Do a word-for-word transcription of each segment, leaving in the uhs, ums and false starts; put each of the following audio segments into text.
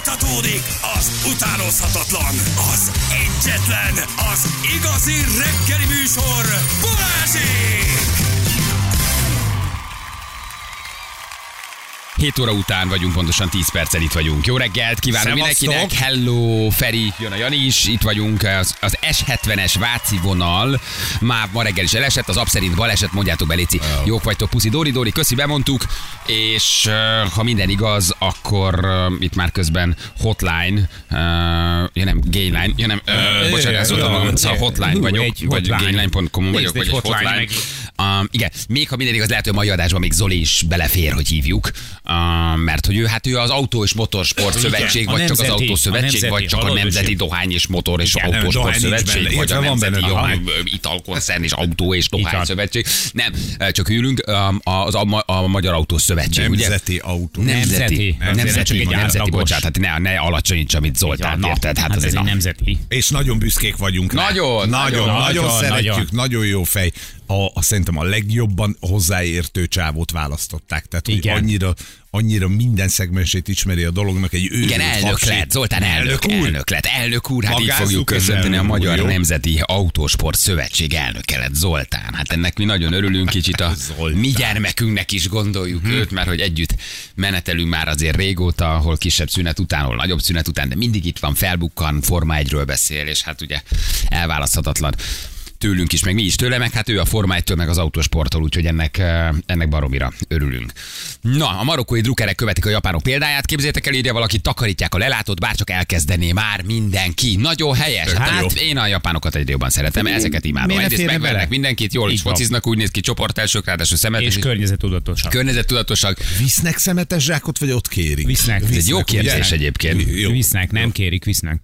Folytatódik az utánozhatatlan, az egyetlen, az igazi reggeli műsor, Balázsék! hét óra után vagyunk, pontosan tíz perccel itt vagyunk. Jó reggelt kívánok mindenkinek. Hello, Feri, jön a Jani is, itt vagyunk. Az, az es hetvenes Váci vonal már ma reggel is elesett, az app szerint baleset, mondjátok be, Léci. Oh. Jók vagytok, puszi, Dori, Dori, köszi, bemondtuk. És uh, ha minden igaz, akkor uh, itt már közben hotline, uh, ja nem, gayline, ja nem, uh, bocsánat, ezt mondtam, szóval hotline vagyok, vagy gayline pont com vagyok, vagy egy hotline. Um, igen, még ha minden igaz, lehet, hogy a mai adásban még Zoli is belefér, hogy hívjuk. Uh, mert hogy ő, hát ő az Autó és Motorsport Szövetség, vagy nemzeti, csak az Autószövetség, a vagy csak a Nemzeti Dohány és Motor és igen, Autósport Szövetség, vagy a Nemzeti Italkoncern és Autó és Dohány Szövetség. Nem, csak ülünk, az a, a Magyar Autószövetség. Nemzeti ugye? Autó. Nemzeti. Nemzeti, nemzeti, nemzeti bocsánat, hát ne, ne alacsonyíts, amit Zoltán érted. Hát, hát ez egy nemzeti. És nagyon büszkék vagyunk rá. Nagyon, nagyon, nagyon, nagyon szeretjük, nagyon jó fej. A, a, szerintem a legjobban hozzáértő csávót választották. Tehát, hogy annyira, annyira minden szegmensét ismeri a dolognak egy őrült. Igen, elnök lett, Zoltán elnök, elnök, elnök lett, elnök úr, hát magázzuk, így fogjuk köszönteni a Magyar jó. Nemzeti Autósport Szövetség elnöke lett, Zoltán. Hát ennek mi nagyon örülünk, kicsit a mi gyermekünknek is gondoljuk hmm. őt, mert hogy együtt menetelünk már azért régóta, hol kisebb szünet után, hol nagyobb szünet után, de mindig itt van, felbukkan, Forma egyről beszél, és hát ugye elválaszthatatlan tőlünk is, meg mi is tőle, meg hát ő a Forma egytől, meg az autósporttól, úgyhogy ennek, ennek baromira örülünk. Na, a marokkói drukkerek követik a japánok példáját, képzeljétek el, írja valaki, takarítják a lelátót, bárcsak elkezdené már mindenki. Nagyon helyes. Hát, hát én a japánokat egyre jobban szeretem, ezeket imádom. Egyrészt megvernek mindenkit, jól is fociznak, úgy néz ki, csoportelsők, ráadásul szemetes. És környezettudatosak. Környezettudatosak. Visznek szemetes zsákot, vagy ott kérik? Visznek. Ez egy jó kérdés egyébként. Visznek, nem kérik, visznek.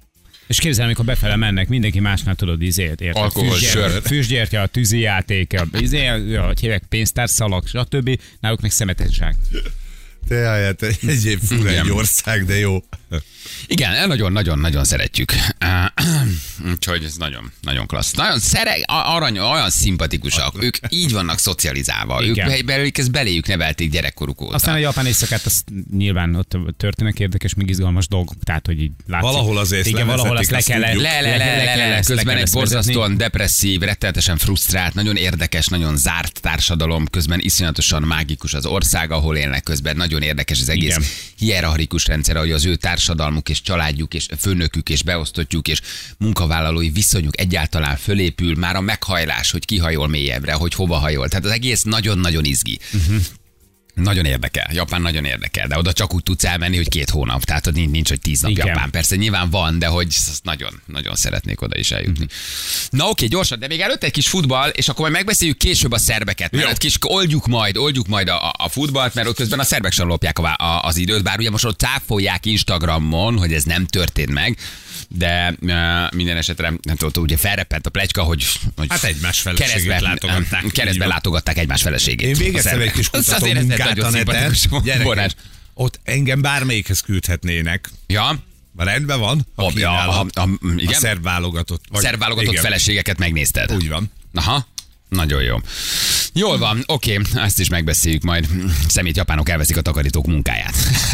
És képzelem, amikor befele mennek, mindenki másnál tudod izét, érted? Alkohol, sör. Füstgyertya, a tűzijáték, a izé, hogy hívják, pénztárszalag, stb. Náluk meg szemetes zsák. Te hát egyéb fura egy ország, de jó. Igen, nagyon-nagyon-nagyon szeretjük. Úgyhogy ez nagyon, nagyon klassz. Nagyon szere, arany, olyan szimpatikusak. Ők így vannak szocializálva. Igen. Ők belőlük ezt beléjük nevelték gyerekkoruk óta. Aztán a japán éjszakát, az nyilván ott történnek érdekes, még izgalmas dolgok. Tehát, hogy így látszik. Valahol azért igen, valahol azt le kell, le, le, le, le, le, le, le, közben egy borzasztóan depresszív, rettenetesen frusztrált, nagyon érdekes, nagyon zárt társadalom, közben iszonyatosan mágikus az ország, ahol élnek, közben nagyon érdekes az egész igen. hierarchikus rendszer, hogy az ő társadalmuk és családjuk és főnökük és beosztottjuk és munkavállalói viszonyuk egyáltalán fölépül, már a meghajlás, hogy kihajol mélyebbre, hogy hova hajol. Tehát az egész nagyon-nagyon izgi. Uh-huh. Nagyon érdekel. Japán nagyon érdekel, de oda csak úgy tudsz elmenni, hogy két hónap. Tehát hogy nincs, hogy tíz nap igen. Japán. Persze nyilván van, de hogy nagyon, nagyon szeretnék oda is eljutni. Na oké, gyorsan, de még előtt egy kis futball, és akkor majd megbeszéljük később a szerbeket. Mert kis oldjuk majd, oldjuk majd a, a futballt, mert ott közben a szerbek sem lopják a, a, az időt, bár ugye most ott cáfolják Instagramon, hogy ez nem történt meg. De uh, minden esetre nem tudom, ugye felreppent a pletyka, hogy, hogy hát egymás feleségét látogatták. Keresztbe látogatták egymás feleségét. Én végeztem egy kis kutató munkát a neten. Gyerekek, ott engem bármelyikhez küldhetnének. Ja. Rendben van, ha a, ja, a, a, a szerb válogatott. Vagy, szerb válogatott igen. feleségeket megnézted. Úgy van. Aha. Nagyon jó. Jól van, oké, okay, ezt is megbeszéljük majd. Szemét japánok elveszik a takarítók munkáját.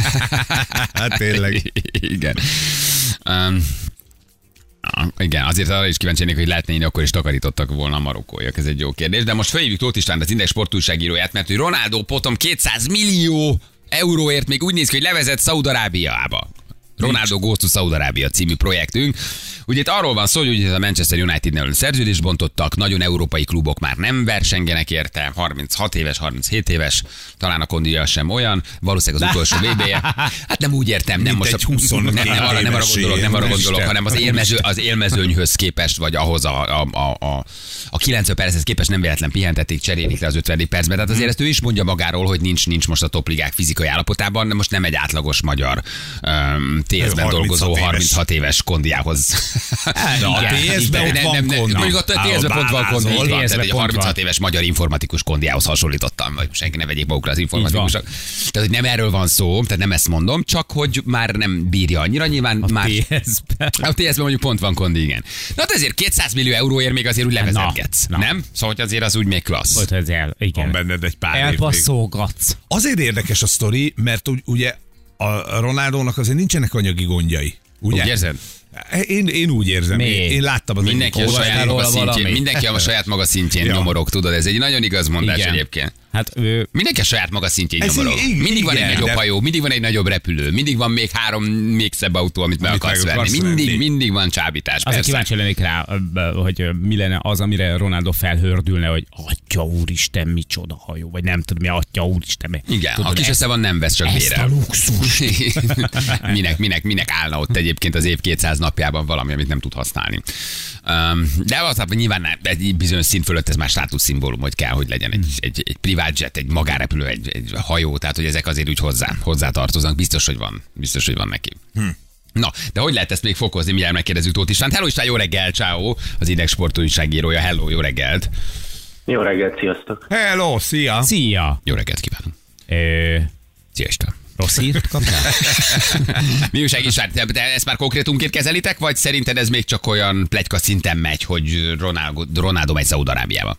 Hát tényleg. Igen. Um, igen, azért arra is kíváncsi lennék, hogy lehetne így akkor is takarítottak volna a marokkóiak. Ez egy jó kérdés. De most felhívjuk Tóth István, az Index sportújságíróját, mert hogy Ronaldo potom kétszáz millió euróért még úgy néz ki, hogy levezet Szaúd-Arábiába. Ronaldo Goes to Szaúd-Arábia című projektünk. Ugye itt arról van szó, hogy a Manchester United-nél szerződést bontottak, nagyon európai klubok már nem versengenek érte, harminchat éves, harminchét éves, talán a kondíja sem olyan, valószínűleg az utolsó vé bé-je. Hát nem úgy értem, nem most a, nem, nem, arra, nem arra gondolok, nem arra gondolok, hanem az, élmező, az élmezőnyhöz képest, vagy ahhoz a, a, a, a, a kilencven perchez képest nem véletlen pihentették, cserélik le az ötven percben. Tehát azért ezt ő is mondja magáról, hogy nincs, nincs most a topligák fizikai állapotában, de most nem egy átlagos magyar um, té es-ben dolgozó harminchat éves kondiához. A té es-ben ott van kondi. Mondjuk a té es-ben pont van kondi. Tehát egy harminchat éves magyar informatikus kondiához hasonlítottam, vagy senki ne vegyék magukra az informatikusok. Tehát, hogy nem erről van szó, tehát nem ezt mondom, csak hogy már nem bírja annyira, nyilván a már... té es-ben. A té es-ben mondjuk pont van kondi, igen. Na hát ezért kétszáz millió euróért még azért úgy levezetgetsz, nem? Szóval hogy azért az úgy még klassz. Hogy ez el, igen. Van benned egy pár év. Elpasszolgatsz. Azért érdekes a sztori, mert ugye a Ronaldónak azért nincsenek anyagi gondjai. Ugye? Úgy érzed? Én, én úgy érzem, én, én láttam az mindenki a, saját maga szintjén, mindenki a saját maga szintjén ja. nyomorog, tudod, ez egy nagyon igaz mondás igen. egyébként. Hát, ő... Mindenki a saját maga szintjén ez nyomorog. Igen, mindig van egy nagyobb de... hajó, mindig van egy nagyobb repülő, mindig van még három még szebb autó, amit meg akarsz venni. Mindig, venni. mindig van csábítás. Azért kíváncsi lennék rá, hogy mi lenne az, amire Ronaldo felhördülne, hogy atya úristen, micsoda hajó, vagy nem tudom mi, atya úristen. Mi. Igen, tudod, a kis össze van, nem vesz, csak bérel. Ezt a luxus. minek, minek, minek állna ott egyébként az év kétszáz napjában valami, amit nem tud használni. Um, de az, nyilván egy bizonyos szint fölött ez már státuszszimbólum, hogy kell, hogy legyen egy, egy, egy privát jet, egy magárepülő, egy, egy hajó, tehát hogy ezek azért úgy hozzá, hozzá tartoznak, biztos, hogy van, biztos, hogy van neki. Hm. Na, de hogy lehet ezt még fokozni? Mindjárt megkérdezzük Tóth Istvánt. Hello István, jó reggel, ciao. Az Index sportújságírója. Hello, jó reggelt. Jó reggelt, sziasztok. Hello, szia. Szia. Jó reggelt kívánunk. Ö... Szia István. Rossz hírt kaptál? Mi újság István, te ezt már konkrétumként kezelitek, vagy szerinted ez még csak olyan pletyka szinten megy, hogy Ronaldo, Ronaldo megy Szaúd-Arábiába?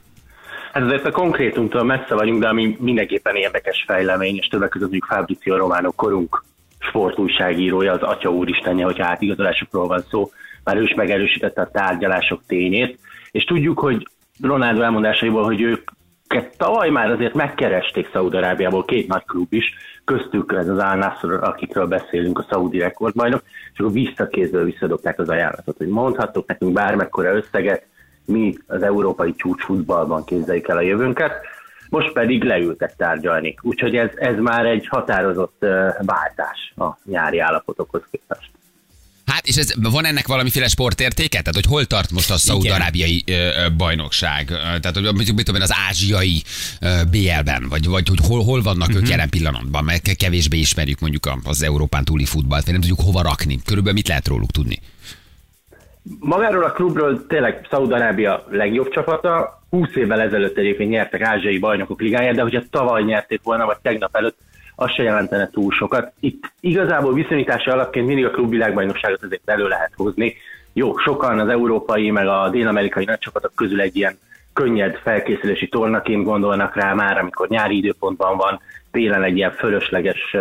Hát azért a konkrétumtól messze vagyunk, de ami mindenképpen érdekes fejlemény, és többek között mondjuk Fabrizio Romano korunk sportújságírója, az atya úristenje, hogyha átigazolásokról van szó, már ő is megerősítette a tárgyalások tényét, és tudjuk, hogy Ronaldo elmondásaiból, hogy ők tavaly már azért megkeresték Szaúd-Arábiából két nagy klub is, köztük ez az Al-Nassr, akikről beszélünk, a szaúdi rekordbajnok, és akkor visszakézből visszadobták az ajánlatot, hogy mondhattok nekünk bármekkora összeget, mi az európai csúcsfutballban képzeljük el a jövőnket, most pedig leültek tárgyalni. Úgyhogy ez, ez már egy határozott váltás a nyári állapotokhoz képest. Hát, és ez, van ennek valamiféle sportértéke? Tehát, hogy hol tart most a szaúd-arábiai bajnokság? Tehát, hogy mit tudom én, az ázsiai bé el-ben? Vagy, vagy hogy hol, hol vannak uh-huh. ők jelen pillanatban? Mert kevésbé ismerjük mondjuk az Európán túli futballt, vagy nem tudjuk hova rakni. Körülbelül mit lehet róluk tudni? Magáról a klubról tényleg Szaúd-Arábia legjobb csapata. húsz évvel ezelőtt egyébként nyertek ázsiai bajnokok ligáját, de hogyha tavaly nyerték volna, vagy tegnap előtt, az se jelentene túl sokat. Itt igazából viszonyítási alapként mindig a klubvilágbajnokságot azért elő lehet hozni. Jó, sokan az európai, meg a dél-amerikai nagycsapatok közül egy ilyen könnyed felkészülési tornaként gondolnak rá már, amikor nyári időpontban van, télen egy ilyen fölösleges uh,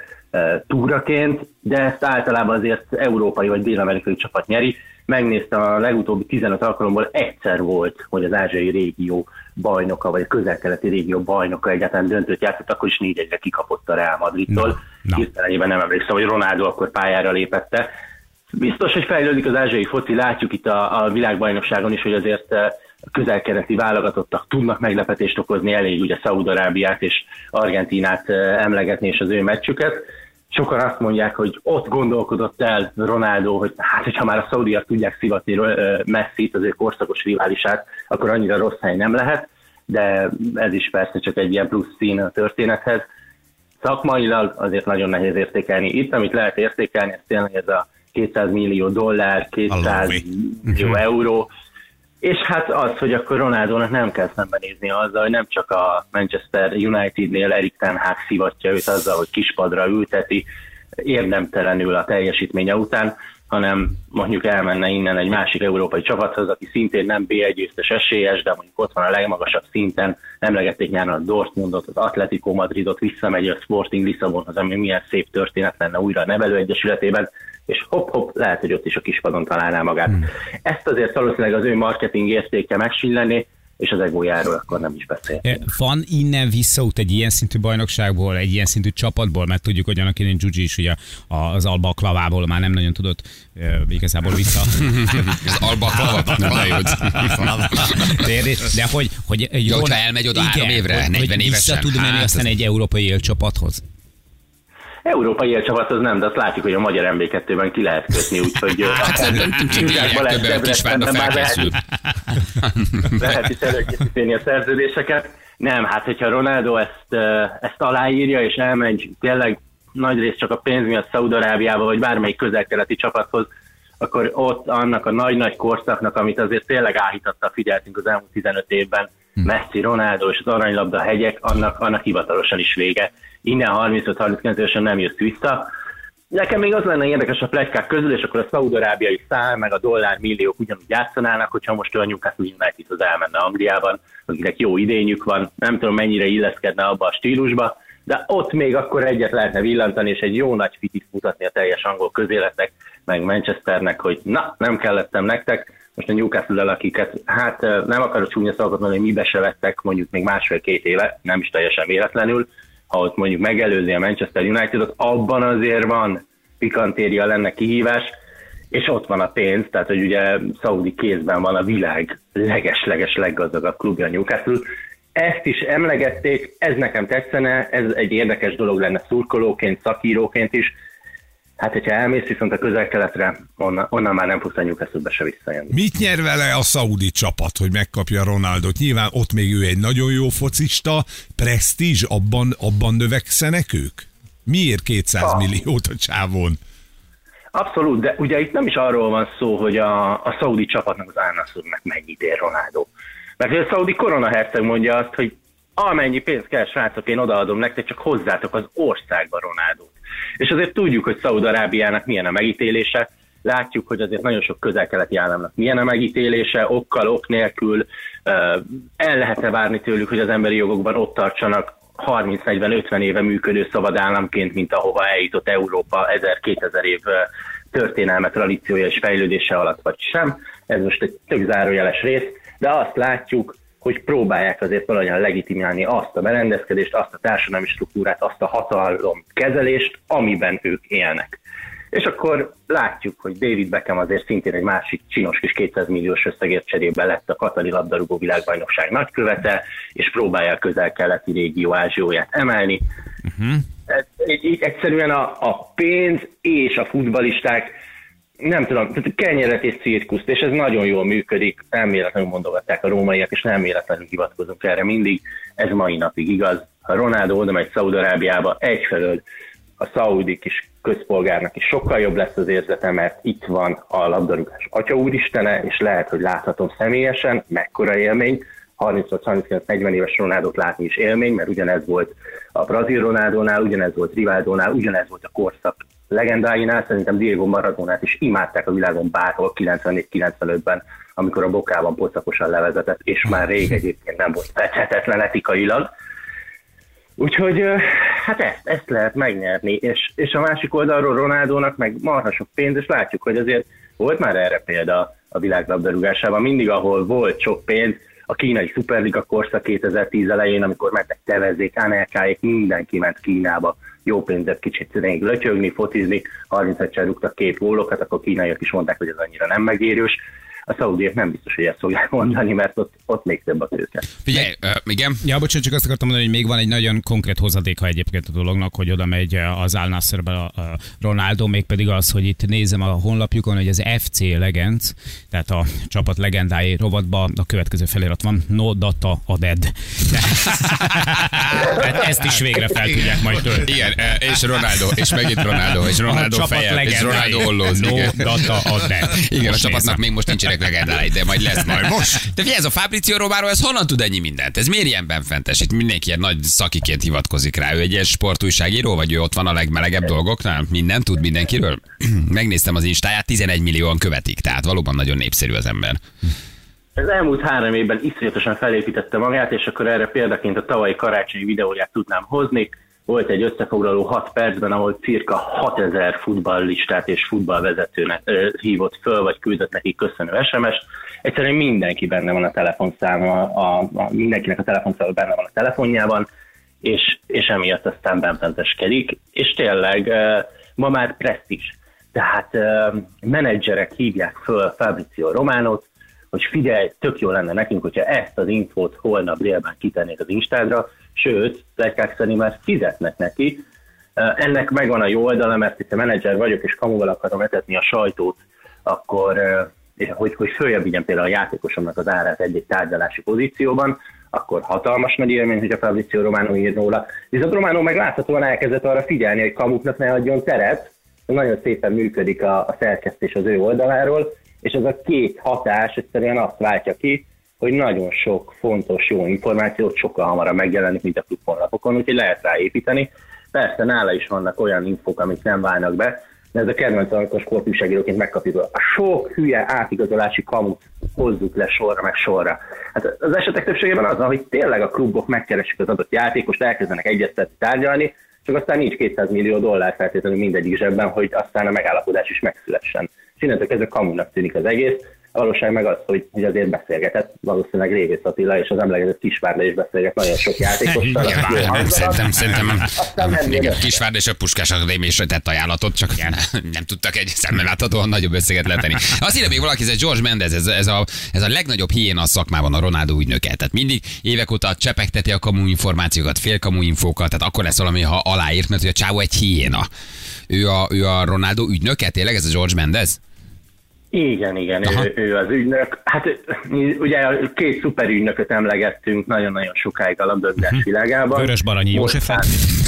uh, túraként, de ezt általában azért európai vagy dél-amerikai csapat nyeri. Megnéztem a legutóbbi tizenöt alkalomból, egyszer volt, hogy az ázsiai régió bajnoka, vagy a közel-keleti régió bajnoka egyáltalán döntőt játszott, akkor is négy egyre kikapott a Real Madridtól. Hirtelenében nem emlékszem, hogy Ronaldo akkor pályára lépette. Biztos, hogy fejlődik az ázsiai foci, látjuk itt a, a világbajnokságon is, hogy azért a közel-keleti válogatottak tudnak meglepetést okozni, elég ugye Szaúd-Arábiát és Argentínát emlegetni és az ő meccsüket. Sokan azt mondják, hogy ott gondolkodott el Ronaldo, hogy hát, hogyha már a szaudiak tudják szivatni Messit, az ő korszakos riválisát, akkor annyira rossz hely nem lehet, de ez is persze csak egy ilyen plusz szín a történethez. Szakmailag azért nagyon nehéz értékelni. Itt, amit lehet értékelni, ez tényleg ez a kétszáz millió dollár, kétszáz millió euró, és hát az, hogy akkor Ronaldónak nem kell szembenézni azzal, hogy nem csak a Manchester Unitednél Erik ten Hag szivatja őt azzal, hogy kispadra ülteti érdemtelenül a teljesítménye után, hanem mondjuk elmenne innen egy másik európai csapathoz, aki szintén nem bé egy győztes esélyes, de mondjuk ott van a legmagasabb szinten, emlegették nyáron a Dortmundot, az Atletico Madridot, visszamegy a Sporting Lisszabonhoz, ami milyen szép történet lenne újra a nevelőegyesületében, és hopp-hopp, lehet, hogy ott is a kispadon találná magát. Hmm. Ezt azért valószínűleg az ő marketing értéke megsilleni, és az egójáról akkor nem is beszél. Van innen visszaút egy ilyen szintű bajnokságból, egy ilyen szintű csapatból, mert tudjuk, hogy annak én Gyugyi is ugye az Alba Klavából már nem nagyon tudott igazából vissza. Az Alba Klavá? De hogy... hogy ja, hogyha elmegy oda három évre, negyven évesen. Vissza tud menni hát, aztán egy európai élcsapathoz? Európai élcsapathoz nem, de azt látjuk, hogy a magyar em bé kettőben ki lehet kötni, úgyhogy lehet is előkészíteni a szerződéseket. Nem, hát hogyha Ronaldo ezt, ezt aláírja és elmegy tényleg nagyrészt csak a pénz miatt Szaúd-Arábiába vagy bármelyik közel-keleti csapathoz, akkor ott annak a nagy-nagy korszaknak, amit azért tényleg áhítattal figyeltünk az elmúlt tizenöt évben, Messi, Ronaldo és az aranylabda hegyek, annak, annak hivatalosan is vége. Innen harmincöt-harminckilenc évesen nem jössz vissza. Nekem még az lenne érdekes a pletykák közül, és akkor a szaúd-arábiai szál, meg a dollár milliók ugyanúgy játszanának, hogyha most a Newcastle Unitedhoz elmenne Angliában, akinek jó idényük van. Nem tudom, mennyire illeszkedne abba a stílusba, de ott még akkor egyet lehetne villantani, és egy jó nagy fitit mutatni a teljes angol közéletnek, meg Manchesternek, hogy na, nem kellettem nektek, most a Newcastle-el, akiket, hát nem akarok csúnya szavakat mondani, hogy mibe se vettek, mondjuk még másfél-két éve, nem is teljesen véletlenül, ha ott mondjuk megelőzi a Manchester United-ot, abban azért van pikantéria, lenne kihívás, és ott van a pénz, tehát hogy ugye szaudi kézben van a világ leges-leges leggazdagabb klubja, a Newcastle. Ezt is emlegették, ez nekem tetszene, ez egy érdekes dolog lenne szurkolóként, szakíróként is. Hát, hogyha elmész viszont a közel-keletre, onnan, onnan már nem fogsz a Newcastle-be se visszajönni. Mit nyer vele a szaudi csapat, hogy megkapja Ronaldot? Nyilván ott még ő egy nagyon jó focista, presztízs, abban, abban növekszenek ők? Miért kétszáz milliót a csávon? Abszolút, de ugye itt nem is arról van szó, hogy a, a szaudi csapatnak, az Al Nassrnak mennyit ér Ronaldo. Mert a szaudi koronaherceg mondja azt, hogy amennyi pénzt kell, srácok, én odaadom nektek, csak hozzátok az országba Ronaldót. És azért tudjuk, hogy Szaúd-Arábiának milyen a megítélése, látjuk, hogy azért nagyon sok közel-keleti államnak milyen a megítélése, okkal, ok nélkül, el lehet-e várni tőlük, hogy az emberi jogokban ott tartsanak harminc-negyven-ötven éve működő szabad államként, mint ahova eljutott Európa ezer-kétezer év történelme, tradíciója és fejlődése alatt, vagy sem. Ez most egy tök zárójeles rész, de azt látjuk, hogy próbálják azért valahogyan legitimálni azt a berendezkedést, azt a társadalmi struktúrát, azt a hatalomkezelést, amiben ők élnek. És akkor látjuk, hogy David Beckham azért szintén egy másik csinos kis kétszáz milliós összegért cserében lett a katari labdarúgó világbajnokság nagykövete, és próbálja a közel-keleti régió ázsióját emelni. Uh-huh. Így egyszerűen a, a pénz és a futballisták, nem tudom, tehát kenyeret és cirkuszt, és ez nagyon jól működik, nem véletlenül mondogatták a rómaiak, és nem véletlenül hivatkozunk erre mindig, ez mai napig igaz. Ha Ronaldo oda megy Szaúd-Arábiába, egyfelől a szaudi kis közpolgárnak is sokkal jobb lesz az érzete, mert itt van a labdarúgás Atya Úristene, és lehet, hogy láthatom személyesen, mekkora élmény, harmincnyolc-harminckilenc-negyven éves Ronaldot látni is élmény, mert ugyanez volt a brazil Ronaldónál, ugyanez volt Rivaldónál, ugyanez volt a korszak legendáinál, szerintem Diego Maradonát is imádták a világon bárhol kilencvennégy-kilencvenötben, amikor a Bokában pocakosan levezetett, és már rég egyébként nem volt fecshetetlen etikailag. Úgyhogy hát ezt, ezt lehet megnyerni, és, és a másik oldalról Ronaldónak meg marha sok pénz, és látjuk, hogy azért volt már erre példa a világlabdarúgásában, mindig ahol volt sok pénz, a kínai szuperliga korszak kétezer-tíz elején, amikor mentek Tevezék, Anelkáék, mindenki ment Kínába, jó pénzet kicsit még lötyögni, focizni, harminc-egyszer rúgtak két gólokat, akkor kínaiak is mondták, hogy ez annyira nem megérős. A szaudiak nem biztos, hogy ezt fogják mondani, mert ott, ott még több a tőke. Figyelj, uh, igen? Ja, bocsánat, csak azt akartam mondani, hogy még van egy nagyon konkrét hozadéka egyébként a dolognak, hogy oda megy az Al Nassrbe a Ronaldo, mégpedig az, hogy itt nézem a honlapjukon, hogy az ef cé Legends, tehát a csapat legendái rovatban a következő felirat van, no data added. Tehát ezt is végre fel tudják majd tölteni. Igen, és Ronaldo, és megint Ronaldo, és Ronaldo fejjel, és Ronaldo ollóz. No data added. Igen, most a csapatnak nézem. Még most nincsenek legendái, de majd lesz majd most. De figyelj, ez a Fabrizio Romano, ez honnan tud ennyi mindent? Ez miért ilyen benfentes? Itt mindenki ilyen nagy szakiként hivatkozik rá. Ő egy ilyen sportújságíró, vagy ő ott van a legmelegebb dolgoknál? Minden tud mindenkiről? Megnéztem az Instáját, tizenegy millióan követik, tehát valóban nagyon népszerű az ember. Az elmúlt három évben iszonyatosan felépítette magát, és akkor erre példaként a tavalyi karácsonyi videóját tudnám hozni. Volt egy összefoglaló hat percben, ahol cirka hatezer futballlistát és futballvezetőnek ö, hívott föl, vagy küldött neki köszönő es em es-t. Egyszerűen mindenki benne van a telefonszáma, a, a, mindenkinek a telefonszáma benne van a telefonjában, és, és emiatt aztán benfenteskedik. És tényleg ö, ma már presztízs. Tehát ö, menedzserek hívják föl Fabrizio Romanót, hogy figyelj, tök jó lenne nekünk, hogyha ezt az infót holnap délben kitennék az Instádra, sőt, pletykák szerint már fizetnek neki. Ennek megvan a jó oldala, mert hogyha menedzser vagyok, és kamuval akarom etetni a sajtót, akkor, hogy, hogy följebb vigyen például a játékosomnak az árát egy-egy tárgyalási pozícióban, akkor hatalmas nagy élmény, hogy a Fabrizio Romano ír róla. Viszont Romano meg láthatóan elkezdett arra figyelni, hogy kamuknak ne adjon teret. Nagyon szépen működik a, a szerkesztés az ő oldaláról, és ez a két hatás egyszerűen azt váltja ki, hogy nagyon sok fontos, jó információt sokkal hamarabb megjelenik, mint a klubhonlapokon, úgyhogy lehet rá építeni. Persze nála is vannak olyan infók, amik nem válnak be, de ez a kedvenc, amikor sportújságíróként megkapjuk a sok hülye átigazolási kamut hozzuk le sorra meg sorra. Hát az esetek többségében az, hogy tényleg a klubok megkeresik az adott játékost, elkezdenek egyeztetni, tárgyalni, csak aztán nincs kétszáz millió dollár feltétlenül mindegyik zsebben, hogy aztán a megállapodás is megszülessen. És innentől kezdve kamunak tűnik az egész. A valóság meg az, hogy, hogy azért beszélgetett, valószínűleg Révész Attila és az emlegetett Kisvárda is beszélget nagyon sok játékossal. Igen, szerintem, szerintem igen, Kisvárda és a Puskás Akadémia is tett ajánlatot, csak nem, nem tudtak egy szemmel láthatóan nagyobb összeget letenni. Azt írja még valaki, ez George Mendes, ez, ez, a, ez a legnagyobb hiéna a szakmában, a Ronaldo ügynöke. Tehát mindig évek óta csepegteti a kamu információkat, félkamu infókat, tehát akkor lesz valami, ha aláírt, mert hogy a csávó egy hiéna. Ő a, ő a Ronaldo ügynöke, tényleg ez a George Mendes? Igen, igen, ő, ő az ügynök. Hát ugye két szuper ügynököt emlegettünk nagyon-nagyon sokáig a labdarúgás uh-huh. világában. Vörös-Baranyi Józsefet.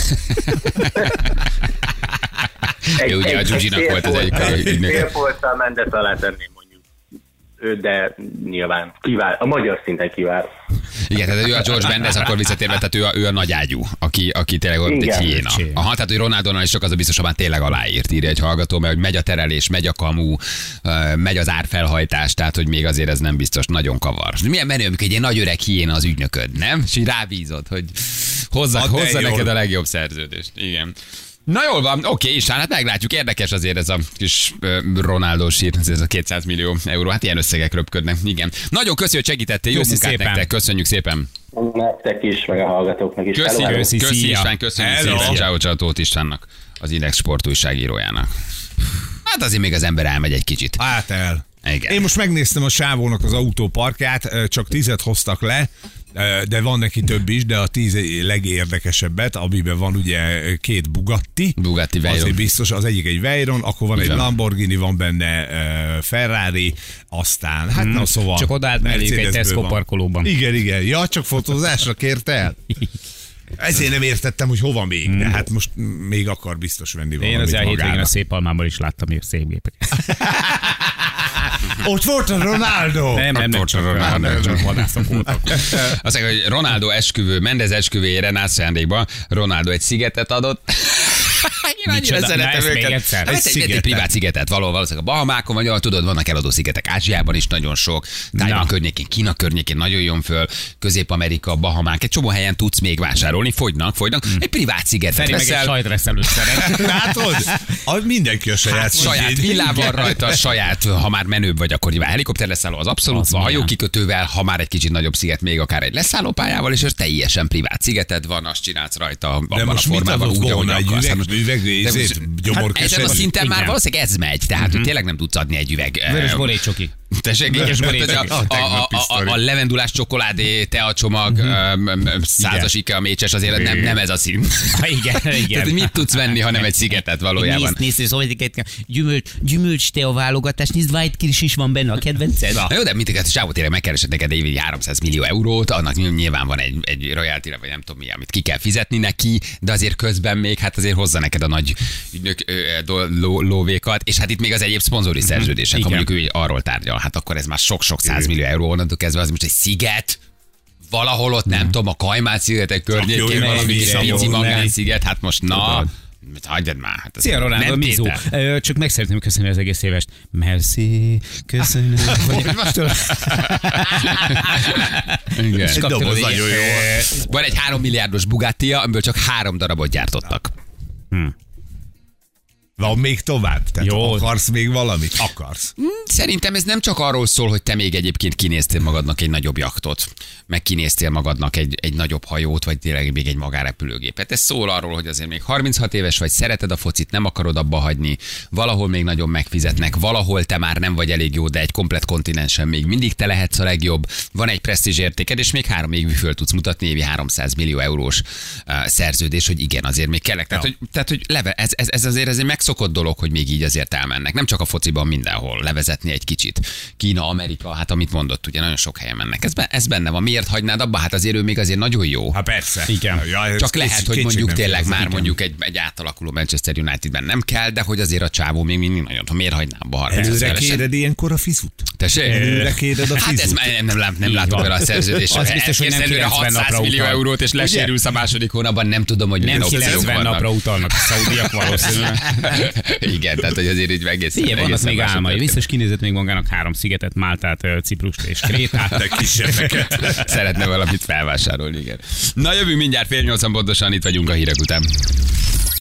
Ő ugye a Zsuzsinak volt az egyik ügynök. Félfolttal Mendes alá tenném mondjuk ő, de nyilván kivál, a magyar szinten kivál. Igen, tehát ő a George Mendes, akkor visszatérve, tehát ő a, ő a nagy ágyú, aki, aki tényleg ott egy hiéna. Aha, tehát hogy Ronaldónál is csak az a biztos, hogy már tényleg aláírt, írja egy hallgató, mert hogy megy a terelés, megy a kamu, megy az árfelhajtás, tehát hogy még azért ez nem biztos, nagyon kavar. Milyen menő, amikor egy ilyen nagy öreg hiéna az ügynököd, nem? És így rábízod, hogy hozza, hozza neked a legjobb szerződést. Igen. Na jól van, oké, és hát meglátjuk, érdekes azért ez a kis Ronaldo sír, ez a kétszáz millió euró, hát ilyen összegek röpködnek, igen. Nagyon köszi, hogy segítettél, jó munkát szépen. Nektek, köszönjük szépen. Nektek is, meg a hallgatóknak is. Köszi, köszi, köszi István, köszönjük Hello. szépen, ciao, ciao, Tóth Istvánnak, az Index sportújságírójának. Hát azért még az ember elmegy egy kicsit. Hát el. Igen. Én most megnéztem a sávónak az autóparkját, csak tizet hoztak le, de van neki több is, de a tíz legérdekesebbet, amiben van ugye két Bugatti. Bugatti Veyron. Azért biztos, az egyik egy Veyron, akkor van Igen. egy Lamborghini, van benne Ferrari, aztán, hát hmm. na szóval... Csak odaállt melléjük egy Tesco van. Parkolóban. Igen, igen. Ja, csak fotózásra kért el. Ezért nem értettem, hogy hova még, hmm. de hát most még akar biztos venni valamit. Én az elhétvégén a Szépalmában is láttam ilyen szép gépeket. Ott volt a Ronaldo. Nem, nem, nem, csak Ronaldo, csak vadászok voltak. Azt mondja, hogy Ronaldo esküvő, Mendez esküvőjére nász ajándékban Ronaldo egy szigetet adott. Én annyira szeretem őket. Hát egy, egy privát szigetet, valahol valószínűleg a Bahamákon, vagy ahol tudod, vannak eladó szigetek. Ázsiában is nagyon sok, Tájvan környékén, Kína környékén nagyon jön föl, Közép-Amerika, Bahamák, egy csomó helyen tudsz még vásárolni, fogynak, fogynak. Mm. Egy privát szigetet Feri veszel. Meg egy sajtreszelőt szeret. Látod? Mindenki a saját hát, saját villával rajta, saját, ha már menőbb vagy, akkor nyilván helikopter leszálló az abszolút, az a hajókikötővel, ha már egy kicsit nagyobb sziget, még akár egy leszállópályával, és ez teljesen privát szigeted van, azt csinálsz rajta, abban a formában úgy, ahogy akarsz. Hát ezen a szinten már valószínűleg ez megy, tehát hogy tényleg nem tudsz adni egy üveg. Vörös borécsoki. Tessék, a, a, a, a levendulás csokoládé, teacsomag, százas IKEA mécses, azért nem, nem ez a szín. Igen, igen. Tehát mit tudsz venni, ha nem egy szigetet valójában? Nézd, nézd, nézd, gyümölcs, gyümölcs tea válogatás, nézd, white kirs is van benne a kedvenced. Na jó, de mit a csávó tényleg megkeresett neked évi háromszáz millió eurót, annak nyilván van egy, egy royalty-re, vagy nem tudom mi, amit ki kell fizetni neki, de azért közben még hát azért hozza neked a nagy ügynök ló, lóvékat, és hát itt még az egyéb szponzori szerződések, ha mondjuk ő arról tárgyal. Hát akkor ez már sok-sok százmillió euró, onnantól kezdve az most egy sziget, valahol ott nem hmm. tudom, a Kajmán-szigetek környékén valami pici magánsziget, hát most na, hagyjad már. Hát szia Ronaldo, Mizó. Csak meg szeretném köszönni az egész évest. Merci, köszönöm. Igen. Doboz nagyon jó. Van egy három milliárdos Bugattia, amiből csak három darabot gyártottak. Hmm. Van még tovább? Tehát jó. Akarsz még valamit? Akarsz. Szerintem ez nem csak arról szól, hogy te még egyébként kinéztél magadnak egy nagyobb jachtot, meg kinéztél magadnak egy, egy nagyobb hajót, vagy tényleg még egy magárepülőgépet. Ez szól arról, hogy azért még harminchat éves vagy, szereted a focit, nem akarod abba hagyni, valahol még nagyon megfizetnek, valahol te már nem vagy elég jó, de egy komplett kontinensen még mindig te lehetsz a legjobb, van egy presztízs értéked, és még három évig föl tudsz mutatni évi háromszáz millió eurós uh, szerződés, hogy igen, azért még kellek. Tehát, hogy, tehát, hogy leve, ez, ez, ez azért ez egy megszokott dolog, hogy még így azért elmennek. Nem csak a fociban, mindenhol levezetni egy kicsit. Kína, Amerika, hát amit mondott, ugye nagyon sok helyen mennek. Ez, be, ez benne van. Miért hagynád abba? Hát azért ő még azért nagyon jó. Hát persze. Igen. Ja, csak lehet, kétség, hogy mondjuk tényleg már igen. mondjuk egy, egy átalakuló Manchester Unitedben nem kell, de hogy azért a csávó még mindig nagyon, ha miért hagyná abba harminc Előre kéred ilyenkor a fizut? Tessék? Előre kéred a fizut? Hát ez nem, nem, nem látom vele a szerződésre. Az biztos, hogy nem előre hatszáz millió eurót, és lesérülsz a második hónapban, nem tudom, hogy nem kilencven napra utalnak a szaudiak valószínűleg. Igen, tehát hogy azért így egész. Igen, vannak még álmai. Biztos kinézed megnézett még magának három szigetet, Máltát, Ciprust és Krétát. De kisebbeket. Szeretne valamit felvásárolni, igen. Na jövünk mindjárt fél nyolcan pontosan, itt vagyunk a hírek után.